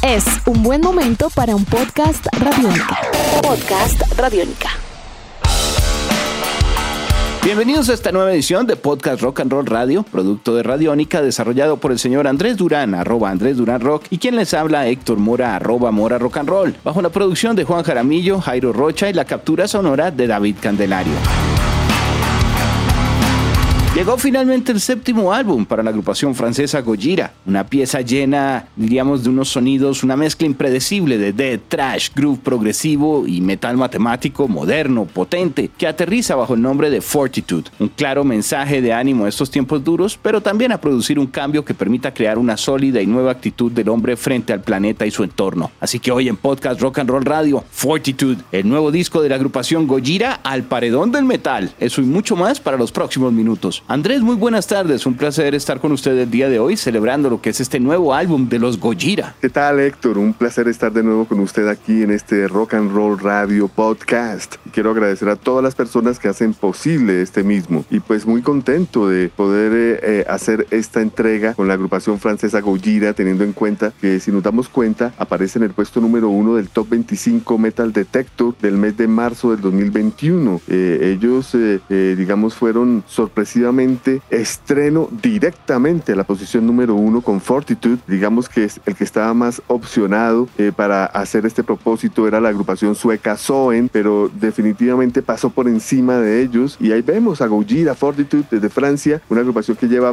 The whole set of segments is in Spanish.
Es un buen momento para un podcast Radiónica. Podcast Radiónica. Bienvenidos a esta nueva edición de Podcast Rock and Roll Radio, producto de Radiónica, desarrollado por el señor Andrés Durán, @Andrés Durán Rock, y quien les habla, Héctor Mora, @Mora Rock and Roll, bajo la producción de Juan Jaramillo, Jairo Rocha y la captura sonora de David Candelario. Llegó finalmente el séptimo álbum para la agrupación francesa Gojira, una pieza llena, diríamos, de unos sonidos, una mezcla impredecible de death, thrash, groove progresivo y metal matemático, moderno, potente, que aterriza bajo el nombre de Fortitude, un claro mensaje de ánimo a estos tiempos duros, pero también a producir un cambio que permita crear una sólida y nueva actitud del hombre frente al planeta y su entorno. Así que hoy en Podcast Rock and Roll Radio, Fortitude, el nuevo disco de la agrupación Gojira al paredón del metal. Eso y mucho más para los próximos minutos. Andrés, muy buenas tardes, un placer estar con usted el día de hoy celebrando lo que es este nuevo álbum de los Gojira. ¿Qué tal, Héctor? Un placer estar de nuevo con usted aquí en este Rock and Roll Radio Podcast. Quiero agradecer a todas las personas que hacen posible este mismo y pues muy contento de poder hacer esta entrega con la agrupación francesa Gojira, teniendo en cuenta que, si nos damos cuenta, aparece en el puesto número 1 del Top 25 Metal Detector del mes de marzo del 2021. Ellos, digamos, fueron sorpresivamente estreno directamente a la posición número 1 con Fortitude. Digamos que es el que estaba más opcionado para hacer este propósito era la agrupación sueca Soen, pero definitivamente pasó por encima de ellos, y ahí vemos a Gojira, Fortitude desde Francia, una agrupación que lleva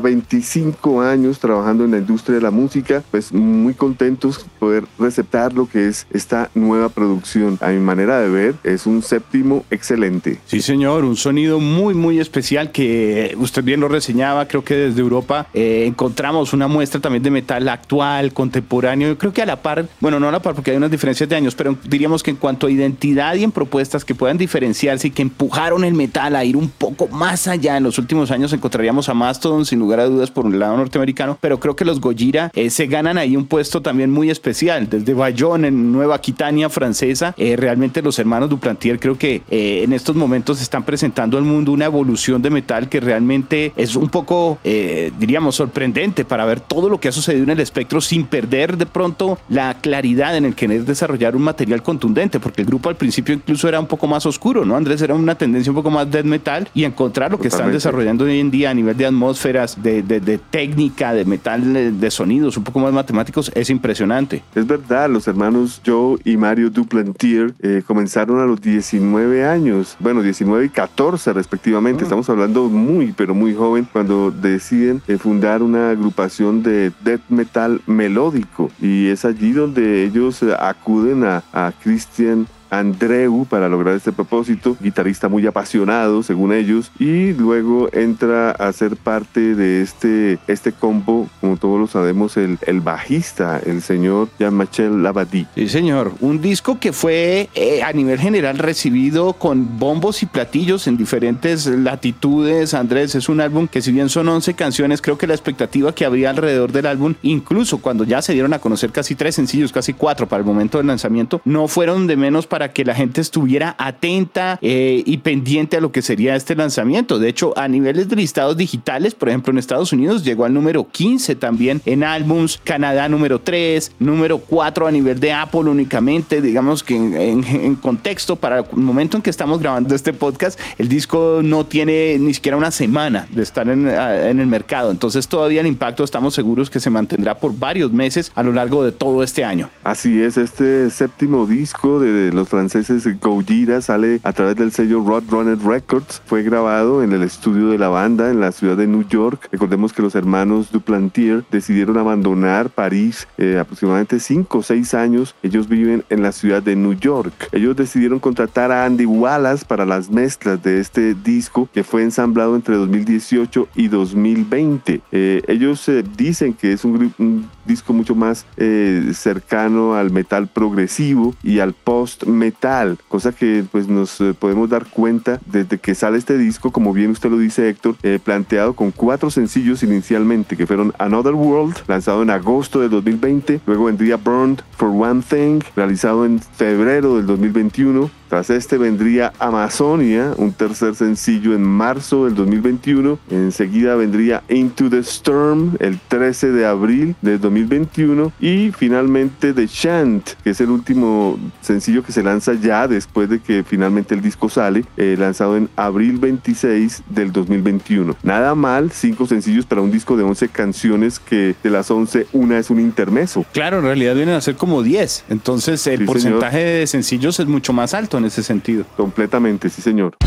25 años trabajando en la industria de la música, pues muy contentos de poder receptar lo que es esta nueva producción. A mi manera de ver, es un séptimo excelente. Sí, señor, un sonido muy especial que usted bien lo reseñaba. Creo que desde Europa encontramos una muestra también de metal actual, contemporáneo. Yo creo que a la par, bueno, no a la par porque hay unas diferencias de años, pero diríamos que en cuanto a identidad y en propuestas que puedan diferenciarse y que empujaron el metal a ir un poco más allá. En los últimos años encontraríamos a Mastodon, sin lugar a dudas, por un lado norteamericano, pero creo que los Gojira se ganan ahí un puesto también muy especial. Desde Bayonne, en Nueva Aquitania francesa, realmente los hermanos Duplantier creo que en estos momentos están presentando al mundo una evolución de metal que realmente es un poco, diríamos, sorprendente para ver todo lo que ha sucedido en el espectro sin perder de pronto la claridad en el querer desarrollar un material contundente, porque el grupo al principio incluso era un poco más oscuro, ¿no, Andrés? Era una tendencia un poco más death metal, y encontrar lo que están desarrollando hoy en día a nivel de atmósferas, de técnica, de metal, de sonidos un poco más matemáticos, es impresionante. Es verdad, los hermanos Joe y Mario Duplantier comenzaron a los 19 años, bueno, 19 y 14 respectivamente. Estamos hablando pero muy joven, cuando deciden fundar una agrupación de death metal melódico, y es allí donde ellos acuden a Christian Andreu para lograr este propósito, guitarrista muy apasionado según ellos, y luego entra a ser parte de este combo, como todos lo sabemos, el bajista, el señor Jean-Michel Labadie. Sí, señor, un disco que fue a nivel general recibido con bombos y platillos en diferentes latitudes. Andrés, es un álbum que, si bien son 11 canciones, creo que la expectativa que había alrededor del álbum, incluso cuando ya se dieron a conocer casi 3 sencillos, casi 4 para el momento del lanzamiento, no fueron de menos para que la gente estuviera atenta y pendiente a lo que sería este lanzamiento. De hecho, a niveles de listados digitales, por ejemplo, en Estados Unidos llegó al número 15 también en álbums, Canadá número 3, número 4 a nivel de Apple únicamente. Digamos que en contexto, para el momento en que estamos grabando este podcast, el disco no tiene ni siquiera una semana de estar en el mercado, entonces todavía el impacto estamos seguros que se mantendrá por varios meses a lo largo de todo este año. Así es, este séptimo disco de los franceses Gojira sale a través del sello Roadrunner Records. Fue grabado en el estudio de la banda en la ciudad de New York. Recordemos que los hermanos Duplantier decidieron abandonar París aproximadamente 5 o 6 años. Ellos viven en la ciudad de New York. Ellos decidieron contratar a Andy Wallace para las mezclas de este disco, que fue ensamblado entre 2018 y 2020. Ellos dicen que es un disco mucho más cercano al metal progresivo y al post-metal, cosa que pues nos podemos dar cuenta desde que sale este disco, como bien usted lo dice, Héctor, planteado con 4 sencillos inicialmente, que fueron Another World, lanzado en agosto del 2020, luego vendría Burned for One Thing, realizado en febrero del 2021, Tras este vendría Amazonia, un tercer sencillo en marzo del 2021. Enseguida vendría Into the Storm el 13 de abril del 2021. Y finalmente The Chant, que es el último sencillo que se lanza ya después de que finalmente el disco sale, lanzado en abril 26 del 2021. Nada mal, 5 sencillos para un disco de 11 canciones, que de las 11 una es un intermeso. Claro, en realidad vienen a ser como 10. Entonces el porcentaje de sencillos es mucho más alto en ese sentido. Completamente, sí señor.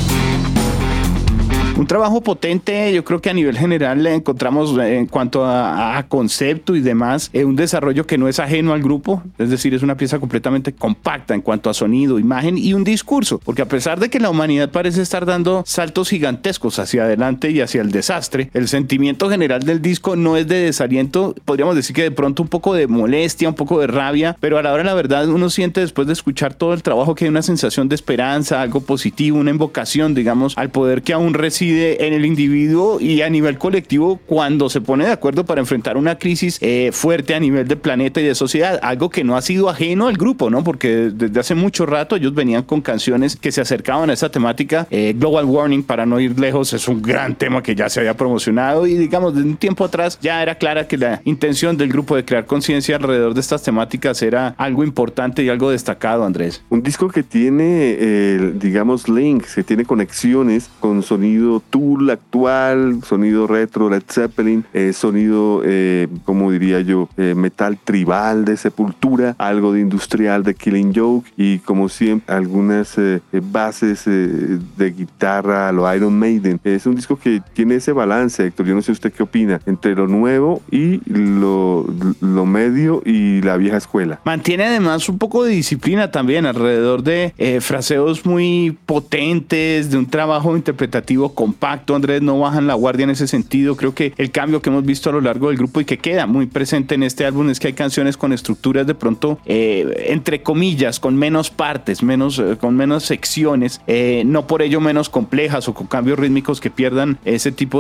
Un trabajo potente, yo creo que a nivel general encontramos en cuanto a concepto y demás, un desarrollo que no es ajeno al grupo, es decir, es una pieza completamente compacta en cuanto a sonido, imagen y un discurso, porque a pesar de que la humanidad parece estar dando saltos gigantescos hacia adelante y hacia el desastre, el sentimiento general del disco no es de desaliento, podríamos decir que de pronto un poco de molestia, un poco de rabia, pero a la hora de la verdad uno siente después de escuchar todo el trabajo que hay una sensación de esperanza, algo positivo, una invocación, digamos, al poder que aún reside en el individuo y a nivel colectivo cuando se pone de acuerdo para enfrentar una crisis fuerte a nivel de planeta y de sociedad, algo que no ha sido ajeno al grupo, ¿no? Porque desde hace mucho rato ellos venían con canciones que se acercaban a esa temática. Global Warming, para no ir lejos, es un gran tema que ya se había promocionado y digamos de un tiempo atrás ya era clara que la intención del grupo de crear conciencia alrededor de estas temáticas era algo importante y algo destacado, Andrés. Un disco que tiene, digamos, links, que tiene conexiones con sonido Tool actual, sonido retro Led Zeppelin, sonido, como diría yo, metal tribal de Sepultura, algo de industrial de Killing Joke y como siempre algunas bases de guitarra a lo Iron Maiden. Es un disco que tiene ese balance, Héctor, yo no sé usted qué opina, entre lo nuevo y lo medio y la vieja escuela. Mantiene además un poco de disciplina también alrededor de fraseos muy potentes, de un trabajo interpretativo compacto. Andrés, no bajan la guardia en ese sentido. Creo que el cambio que hemos visto a lo largo del grupo y que queda muy presente en este álbum es que hay canciones con estructuras de pronto, entre comillas, con menos partes, con menos secciones, no por ello menos complejas o con cambios rítmicos que pierdan ese tipo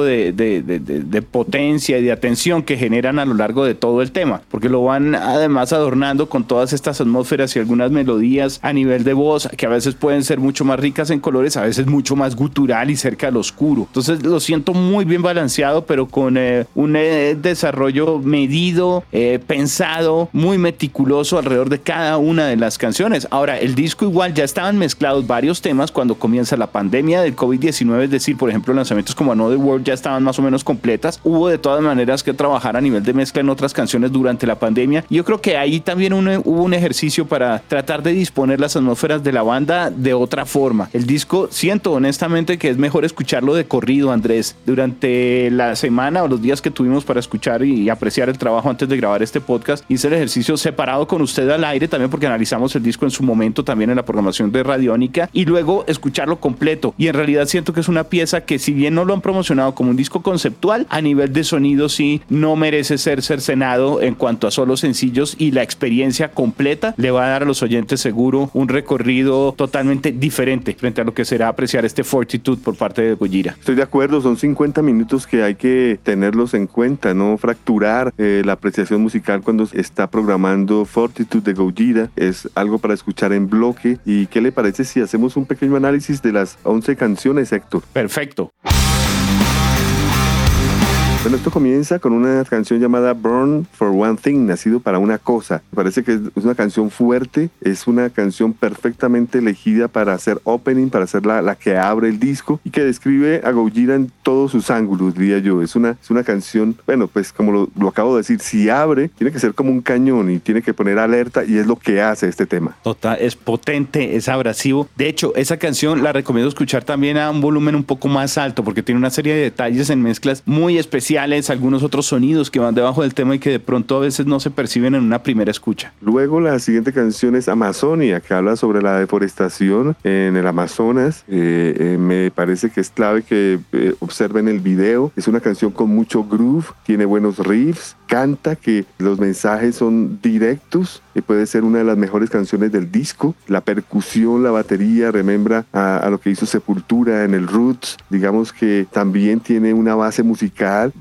de potencia y de atención que generan a lo largo de todo el tema, porque lo van además adornando con todas estas atmósferas y algunas melodías a nivel de voz que a veces pueden ser mucho más ricas en colores, a veces mucho más gutural y cerca al oscuro. Entonces lo siento muy bien balanceado, pero con un desarrollo medido, pensado, muy meticuloso alrededor de cada una de las canciones. Ahora, el disco igual ya estaban mezclados varios temas cuando comienza la pandemia del COVID-19, es decir, por ejemplo, lanzamientos como Another World ya estaban más o menos completas. Hubo de todas maneras que trabajar a nivel de mezcla en otras canciones durante la pandemia. Y yo creo que ahí también hubo un ejercicio para tratar de disponer las atmósferas de la banda de otra forma. El disco, siento honestamente que es mejor escucharlo de corrido, Andrés. Durante la semana o los días que tuvimos para escuchar y apreciar el trabajo antes de grabar este podcast, hice el ejercicio separado con usted al aire también porque analizamos el disco en su momento también en la programación de Radiónica y luego escucharlo completo. Y en realidad siento que es una pieza que, si bien no lo han promocionado como un disco conceptual, a nivel de sonido sí no merece ser cercenado en cuanto a solo sencillos, y la experiencia completa le va a dar a los oyentes seguro un recorrido totalmente diferente frente a lo que será apreciar este Fortitude por parte de Gojira. Estoy de acuerdo, son 50 minutos que hay que tenerlos en cuenta, no fracturar la apreciación musical cuando está programando Fortitude de Gojira. Es algo para escuchar en bloque. ¿Y qué le parece si hacemos un pequeño análisis de las 11 canciones, Héctor? Perfecto. Bueno, esto comienza con una canción llamada Born for One Thing, nacido para una cosa. Me parece que es una canción fuerte, es una canción perfectamente elegida para hacer opening, para ser la que abre el disco y que describe a Gojira en todos sus ángulos, diría yo. Es una canción, bueno, pues como lo acabo de decir, si abre, tiene que ser como un cañón y tiene que poner alerta, y es lo que hace este tema. Total, es potente, es abrasivo. De hecho, esa canción la recomiendo escuchar también a un volumen un poco más alto porque tiene una serie de detalles en mezclas muy especiales, algunos otros sonidos que van debajo del tema y que de pronto a veces no se perciben en una primera escucha. Luego la siguiente canción es Amazonia, que habla sobre la deforestación en el Amazonas. Me parece que es clave que observen el video. Es una canción con mucho groove, tiene buenos riffs, canta que los mensajes son directos y puede ser una de las mejores canciones del disco. La percusión, la batería remembra a lo que hizo Sepultura en el Roots. Digamos que también tiene una base musical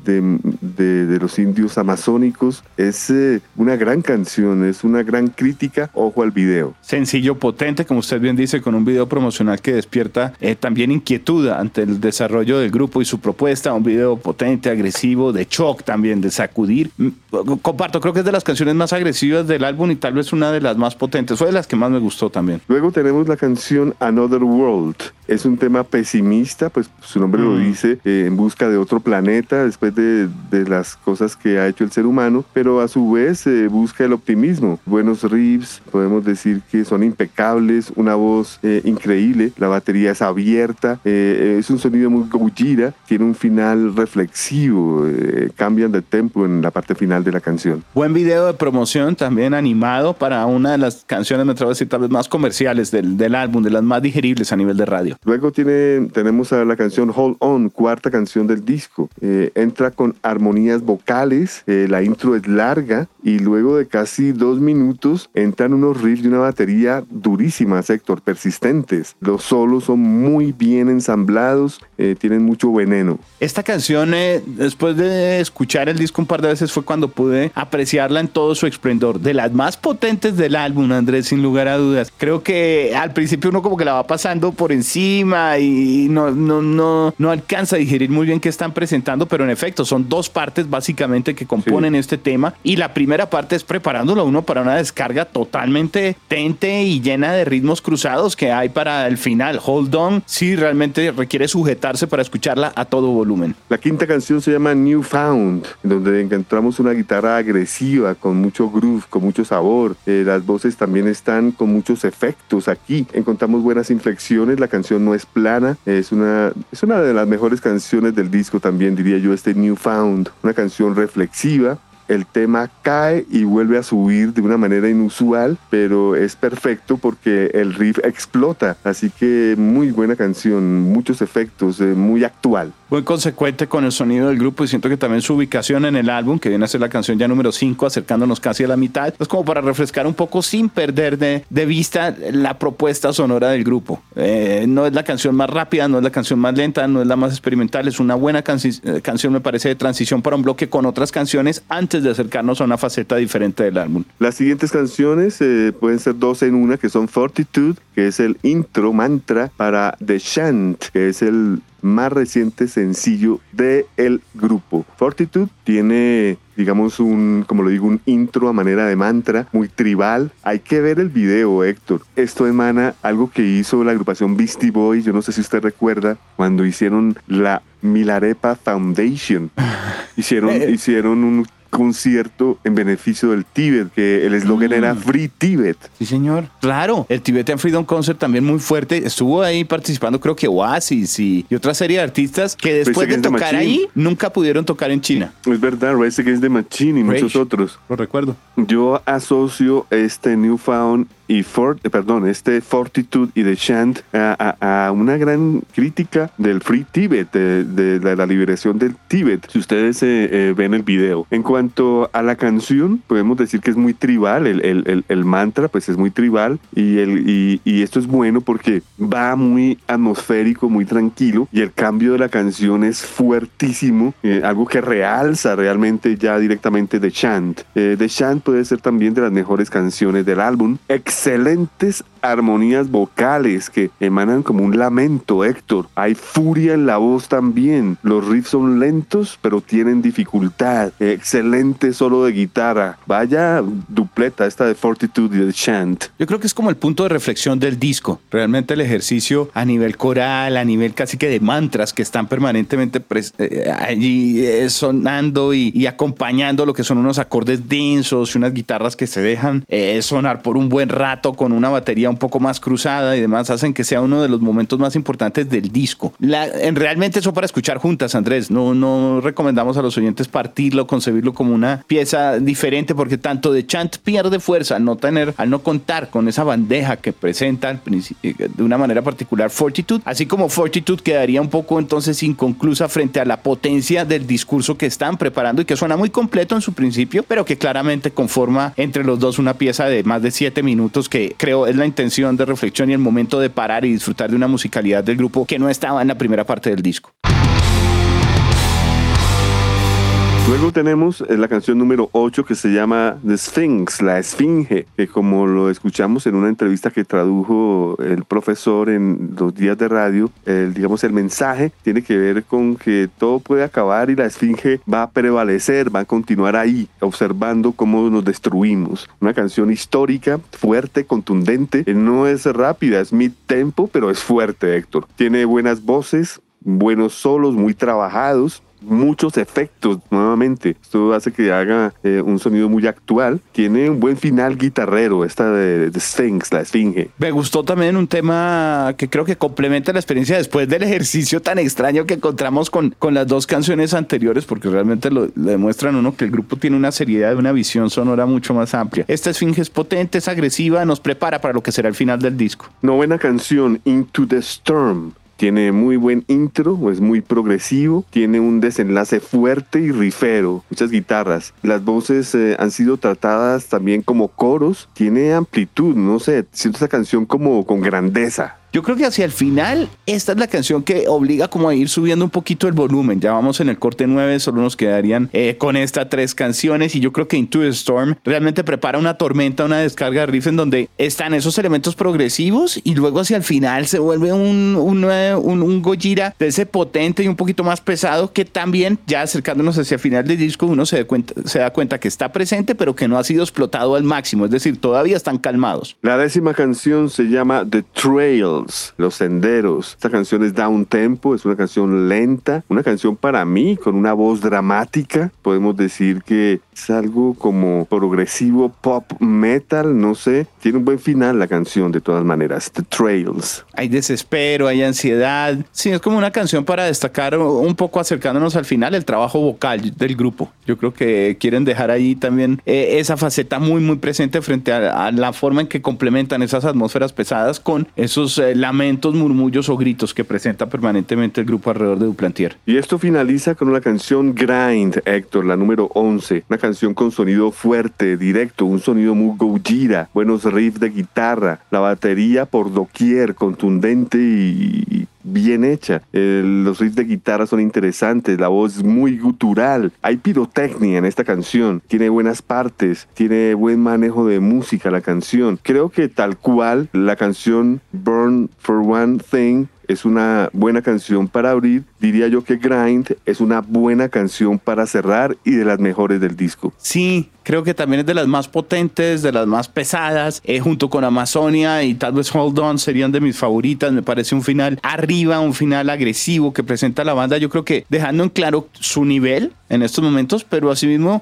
de los indios amazónicos. Es una gran canción, es una gran crítica. Ojo al video. Sencillo, potente, como usted bien dice, con un video promocional que despierta también inquietud ante el desarrollo del grupo y su propuesta. Un video potente, agresivo, de shock también, de sacudir. Comparto, creo que es de las canciones más agresivas del álbum y tal vez una de las más potentes. Fue de las que más me gustó también. Luego tenemos la canción Another World. Es un tema pesimista, pues su nombre lo dice, en busca de otro planeta después de las cosas que ha hecho el ser humano, pero a su vez busca el optimismo. Buenos riffs, podemos decir que son impecables, una voz increíble, la batería es abierta, es un sonido muy Gojira, tiene un final reflexivo, cambian de tempo en la parte final de la canción. Buen video de promoción, también animado para una de las canciones, me atrevo a decir, tal vez más comerciales del álbum, de las más digeribles a nivel de radio. Luego tenemos a la canción Hold On, cuarta canción del disco. Entra con armonías vocales, la intro es larga y luego de casi 2 minutos entran unos riffs de una batería durísimas, Héctor, persistentes. Los solos son muy bien ensamblados, tienen mucho veneno. Esta canción, después de escuchar el disco un par de veces, fue cuando pude apreciarla en todo su esplendor. De las más potentes del álbum, Andrés, sin lugar a dudas. Creo que al principio uno como que la va pasando por encima y no alcanza a digerir muy bien qué están presentando, pero en efecto son 2 partes básicamente que componen este tema, y la primera parte es preparándolo a uno para una descarga totalmente potente y llena de ritmos cruzados que hay para el final. Hold On sí realmente requiere sujetarse para escucharla a todo volumen. La quinta canción se llama New Found, donde encontramos una guitarra agresiva con mucho groove, con mucho sabor. Las voces también están con muchos efectos. Aquí encontramos buenas inflexiones, la canción no es plana, es una de las mejores canciones del disco también, diría yo, New Found, una canción reflexiva. El tema cae y vuelve a subir de una manera inusual, pero es perfecto porque el riff explota, así que muy buena canción, muchos efectos, muy actual. Muy consecuente con el sonido del grupo, y siento que también su ubicación en el álbum, que viene a ser la canción ya número 5, acercándonos casi a la mitad, es como para refrescar un poco sin perder de vista la propuesta sonora del grupo. No es la canción más rápida, no es la canción más lenta, no es la más experimental, es una buena canción, me parece, de transición para un bloque con otras canciones antes de acercarnos a una faceta diferente del álbum. Las siguientes canciones pueden ser 2 en una, que son Fortitude, que es el intro mantra para The Chant, que es el más reciente sencillo del grupo. Fortitude tiene, digamos, un intro a manera de mantra, muy tribal. Hay que ver el video, Héctor. Esto emana algo que hizo la agrupación Beastie Boys, yo no sé si usted recuerda, cuando hicieron la Milarepa Foundation. Hicieron un concierto en beneficio del Tíbet, que el eslogan era Free Tíbet. Sí, señor. Claro, el Tibetan Freedom Concert también muy fuerte. Estuvo ahí participando, creo que Oasis y otra serie de artistas que después de tocar ahí nunca pudieron tocar en China. Es verdad, Rage Against the Machine y muchos otros. Lo recuerdo. Yo asocio New Found y Fortitude y The Chant a una gran crítica del Free Tíbet, de la liberación del Tíbet, si ustedes ven el video. En cuanto a la canción, podemos decir que es muy tribal, el mantra pues es muy tribal, y esto es bueno porque va muy atmosférico, muy tranquilo, y el cambio de la canción es fuertísimo, algo que realza realmente ya directamente The Chant. The Chant puede ser también de las mejores canciones del álbum. Excelentes armonías vocales que emanan como un lamento, Héctor. Hay furia en la voz también. Los riffs son lentos, pero tienen dificultad. Excelente solo de guitarra. Vaya dupleta esta de Fortitude y The Chant. Yo creo que es como el punto de reflexión del disco. Realmente el ejercicio a nivel coral, a nivel casi que de mantras que están permanentemente allí sonando y acompañando lo que son unos acordes densos y unas guitarras que se dejan sonar por un buen rato con una batería un poco más cruzada y demás, hacen que sea uno de los momentos más importantes del disco. Realmente eso para escuchar juntas, Andrés. No recomendamos a los oyentes partirlo, concebirlo como una pieza diferente, porque tanto The Chant pierde fuerza al no contar con esa bandeja que presenta de una manera particular Fortitude, así como Fortitude quedaría un poco entonces inconclusa frente a la potencia del discurso que están preparando y que suena muy completo en su principio, pero que claramente conforma entre los dos una pieza de más de 7 minutos que creo es la intención de reflexión y el momento de parar y disfrutar de una musicalidad del grupo que no estaba en la primera parte del disco. Luego tenemos la canción número 8 que se llama The Sphinx, la Esfinge, que como lo escuchamos en una entrevista que tradujo el profesor en los días de radio, el mensaje tiene que ver con que todo puede acabar y la Esfinge va a prevalecer, va a continuar ahí, observando cómo nos destruimos. Una canción histórica, fuerte, contundente, no es rápida, es mid-tempo, pero es fuerte, Héctor. Tiene buenas voces, buenos solos, muy trabajados, muchos efectos nuevamente. Esto hace que haga un sonido muy actual. Tiene un buen final guitarrero, esta de Sphinx, la Esfinge. Me gustó también un tema que creo que complementa la experiencia después del ejercicio tan extraño que encontramos con las dos canciones anteriores, porque realmente le demuestran uno que el grupo tiene una seriedad, una visión sonora mucho más amplia. Esta Esfinge es potente, es agresiva, nos prepara para lo que será el final del disco. Novena canción, Into the Storm. Tiene muy buen intro, es muy progresivo, tiene un desenlace fuerte y rifero, muchas guitarras. Las voces han sido tratadas también como coros, tiene amplitud, no sé, siento esa canción como con grandeza. Yo creo que hacia el final, esta es la canción que obliga como a ir subiendo un poquito el volumen. Ya vamos en el corte 9, solo nos quedarían con estas 3 canciones y yo creo que Into the Storm realmente prepara una tormenta, una descarga de riff en donde están esos elementos progresivos y luego hacia el final se vuelve un Gojira de ese potente y un poquito más pesado que también ya acercándonos hacia el final del disco uno se da cuenta que está presente pero que no ha sido explotado al máximo, es decir, todavía están calmados. La 10ª canción se llama The Trail, los senderos. Esta canción es down tempo, es una canción lenta, una canción para mí con una voz dramática. Podemos decir que es algo como progresivo pop metal, no sé. Tiene un buen final la canción de todas maneras. The Trails. Hay desespero, hay ansiedad. Sí, es como una canción para destacar un poco acercándonos al final el trabajo vocal del grupo. Yo creo que quieren dejar ahí también esa faceta muy muy presente frente a la forma en que complementan esas atmósferas pesadas con esos lamentos, murmullos o gritos que presenta permanentemente el grupo alrededor de Duplantier. Y esto finaliza con la canción Grind, Héctor, la número 11. Una canción con sonido fuerte, directo, un sonido muy Gojira, buenos riffs de guitarra, la batería por doquier, contundente y bien hecha. Los riffs de guitarra son interesantes, la voz es muy gutural, hay pirotecnia en esta canción, tiene buenas partes, tiene buen manejo de música la canción. Creo que tal cual la canción Burn for One Thing es una buena canción para abrir. Diría yo que Grind es una buena canción para cerrar y de las mejores del disco. Sí, creo que también es de las más potentes, de las más pesadas, junto con Amazonia y tal vez Hold On serían de mis favoritas. Me parece un final arriba, un final agresivo que presenta la banda, yo creo que dejando en claro su nivel en estos momentos, pero asimismo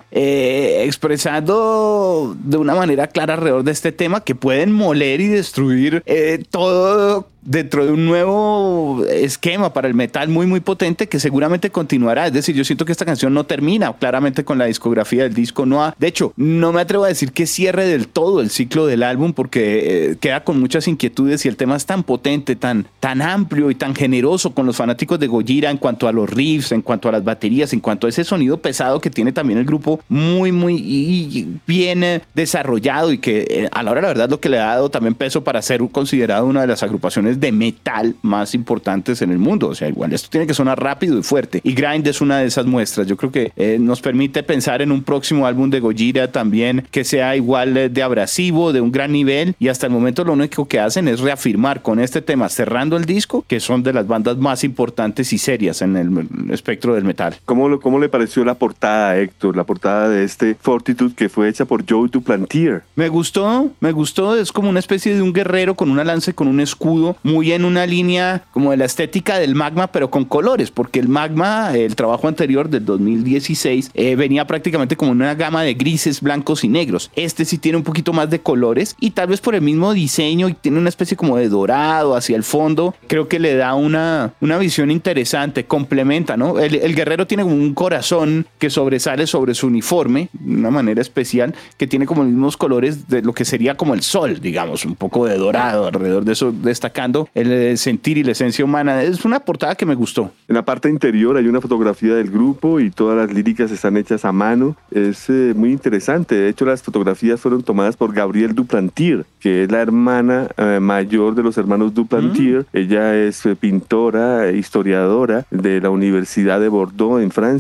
expresando de una manera clara alrededor de este tema que pueden moler y destruir todo dentro de un nuevo esquema para el metal muy muy potente que seguramente continuará. Es decir, yo siento que esta canción no termina claramente con la discografía del disco, de hecho no me atrevo a decir que cierre del todo el ciclo del álbum porque queda con muchas inquietudes y el tema es tan potente, tan amplio y tan generoso con los fanáticos de Gojira en cuanto a los riffs, en cuanto a las baterías, en cuanto a ese sonido pesado que tiene también el grupo muy muy bien desarrollado y que a la hora de la verdad lo que le ha dado también peso para ser considerado una de las agrupaciones de metal más importantes en el mundo. O sea, igual esto tiene que sonar rápido y fuerte y Grind es una de esas muestras. Yo creo que nos permite pensar en un próximo álbum de Gojira también que sea igual de abrasivo, de un gran nivel, y hasta el momento lo único que hacen es reafirmar con este tema cerrando el disco que son de las bandas más importantes y serias en el espectro del metal. ¿Cómo le pareció la portada, Héctor? La portada de este Fortitude que fue hecha por Joe Duplantier. Me gustó, es como una especie de un guerrero con una lanza y con un escudo, muy en una línea como de la estética del Magma, pero con colores, porque el Magma, el trabajo anterior del 2016, venía prácticamente como una gama de grises, blancos y negros. Este sí tiene un poquito más de colores y tal vez por el mismo diseño y tiene una especie como de dorado hacia el fondo, creo que le da una visión interesante, complementa, ¿no? El guerrero tiene como un corazón que sobresale sobre su uniforme de una manera especial, que tiene como los mismos colores de lo que sería como el sol, digamos, un poco de dorado alrededor de eso, destacando el sentir y la esencia humana. Es una portada que me gustó. En la parte interior hay una fotografía del grupo y todas las líricas están hechas a mano. Es muy interesante. De hecho, las fotografías fueron tomadas por Gabrielle Duplantier, que es la hermana mayor de los hermanos Duplantier. Ella es pintora, historiadora de la Universidad de Bordeaux en Francia, y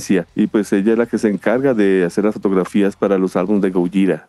y pues ella es la que se encarga de hacer las fotografías para los álbumes de Gojira.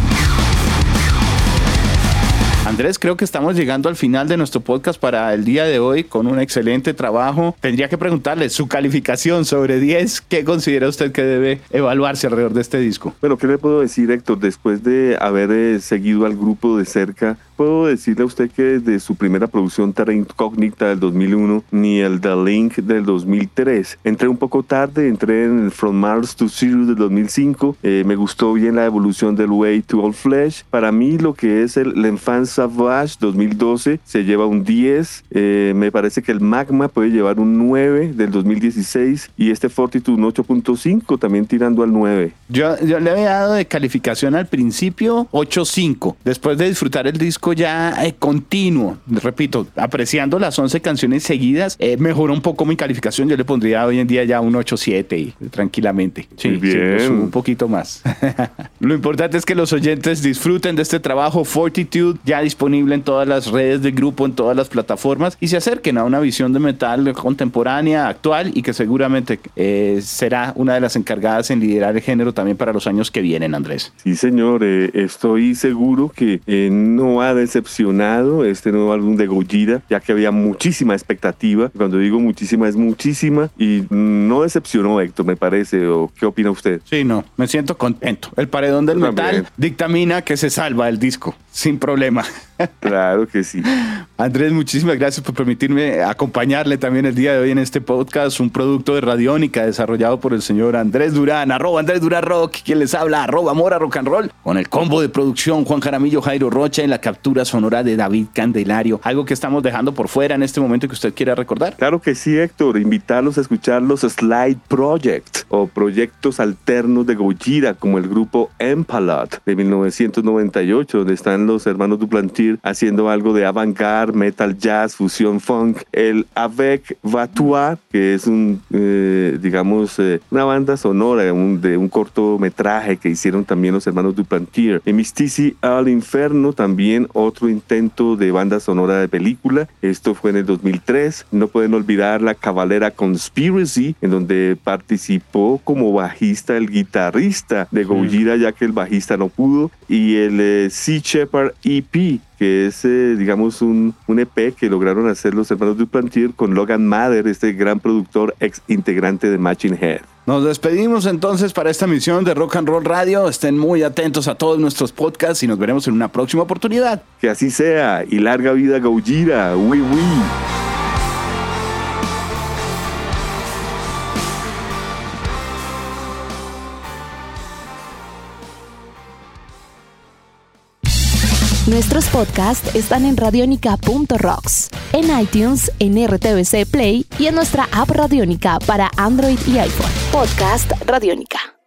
Andrés, creo que estamos llegando al final de nuestro podcast para el día de hoy con un excelente trabajo. Tendría que preguntarle su calificación sobre 10. ¿Qué considera usted que debe evaluarse alrededor de este disco? Bueno, ¿qué le puedo decir, Héctor? Después de haber seguido al grupo de cerca, puedo decirle a usted que desde su primera producción Terra Incógnita del 2001 ni el The Link del 2003. Entré un poco tarde, entré en el From Mars to Sirius del 2005. Me gustó bien la evolución del Way to All Flesh. Para mí lo que es el L'Enfant Sauvage 2012 se lleva un 10. Me parece que el Magma puede llevar un 9 del 2016 y este Fortitude un 8.5 también tirando al 9. Yo le había dado de calificación al principio 8.5. Después de disfrutar el disco ya continuo, repito, apreciando las 11 canciones seguidas, mejoró un poco mi calificación. Yo le pondría hoy en día ya un 8.7 tranquilamente. Sí, bien. Sí, un poquito más. Lo importante es que los oyentes disfruten de este trabajo Fortitude, ya disponible en todas las redes del grupo, en todas las plataformas, y se acerquen a una visión de metal contemporánea, actual, y que seguramente será una de las encargadas en liderar el género también para los años que vienen, Andrés. Sí, señor, estoy seguro que no ha decepcionado este nuevo álbum de Gojira, ya que había muchísima expectativa. Cuando digo muchísima, es muchísima, y no decepcionó, Héctor, me parece. ¿O qué opina usted? Sí, no, me siento contento. El paredón del metal dictamina que se salva el disco, sin problema. Claro que sí. Andrés, muchísimas gracias por permitirme acompañarle también el día de hoy en este podcast, un producto de Radiónica desarrollado por el señor Andrés Durán, @Andrés Durán Rock, quien les habla, @Mora Rock and Roll, con el combo de producción Juan Jaramillo, Jairo Rocha, en la captura sonora de David Candelario. Algo que estamos dejando por fuera en este momento que usted quiera recordar. Claro que sí, Héctor, invitarlos a escuchar los Slide Project o proyectos alternos de Gojira, como el grupo Empalot de 1998, donde están los hermanos Duplantier haciendo algo de avant-garde, metal, jazz, fusión, funk. El Avec Vatois, que es una banda sonora de un cortometraje que hicieron también los hermanos Duplantier. Mystici al Inferno, también otro intento de banda sonora de película. Esto fue en el 2003. No pueden olvidar la Cavalera Conspiracy, en donde participó como bajista el guitarrista de Gojira, ya que el bajista no pudo. Y el Sea Shepherd EP, que es, un EP que lograron hacer los hermanos Duplantier con Logan Mather, este gran productor, ex integrante de Machine Head. Nos despedimos entonces para esta emisión de Rock and Roll Radio. Estén muy atentos a todos nuestros podcasts y nos veremos en una próxima oportunidad. Que así sea, y larga vida Gojira. Oui, oui. Nuestros podcasts están en radionica.rocks, en iTunes, en RTVC Play y en nuestra app Radionica para Android y iPhone. Podcast Radionica.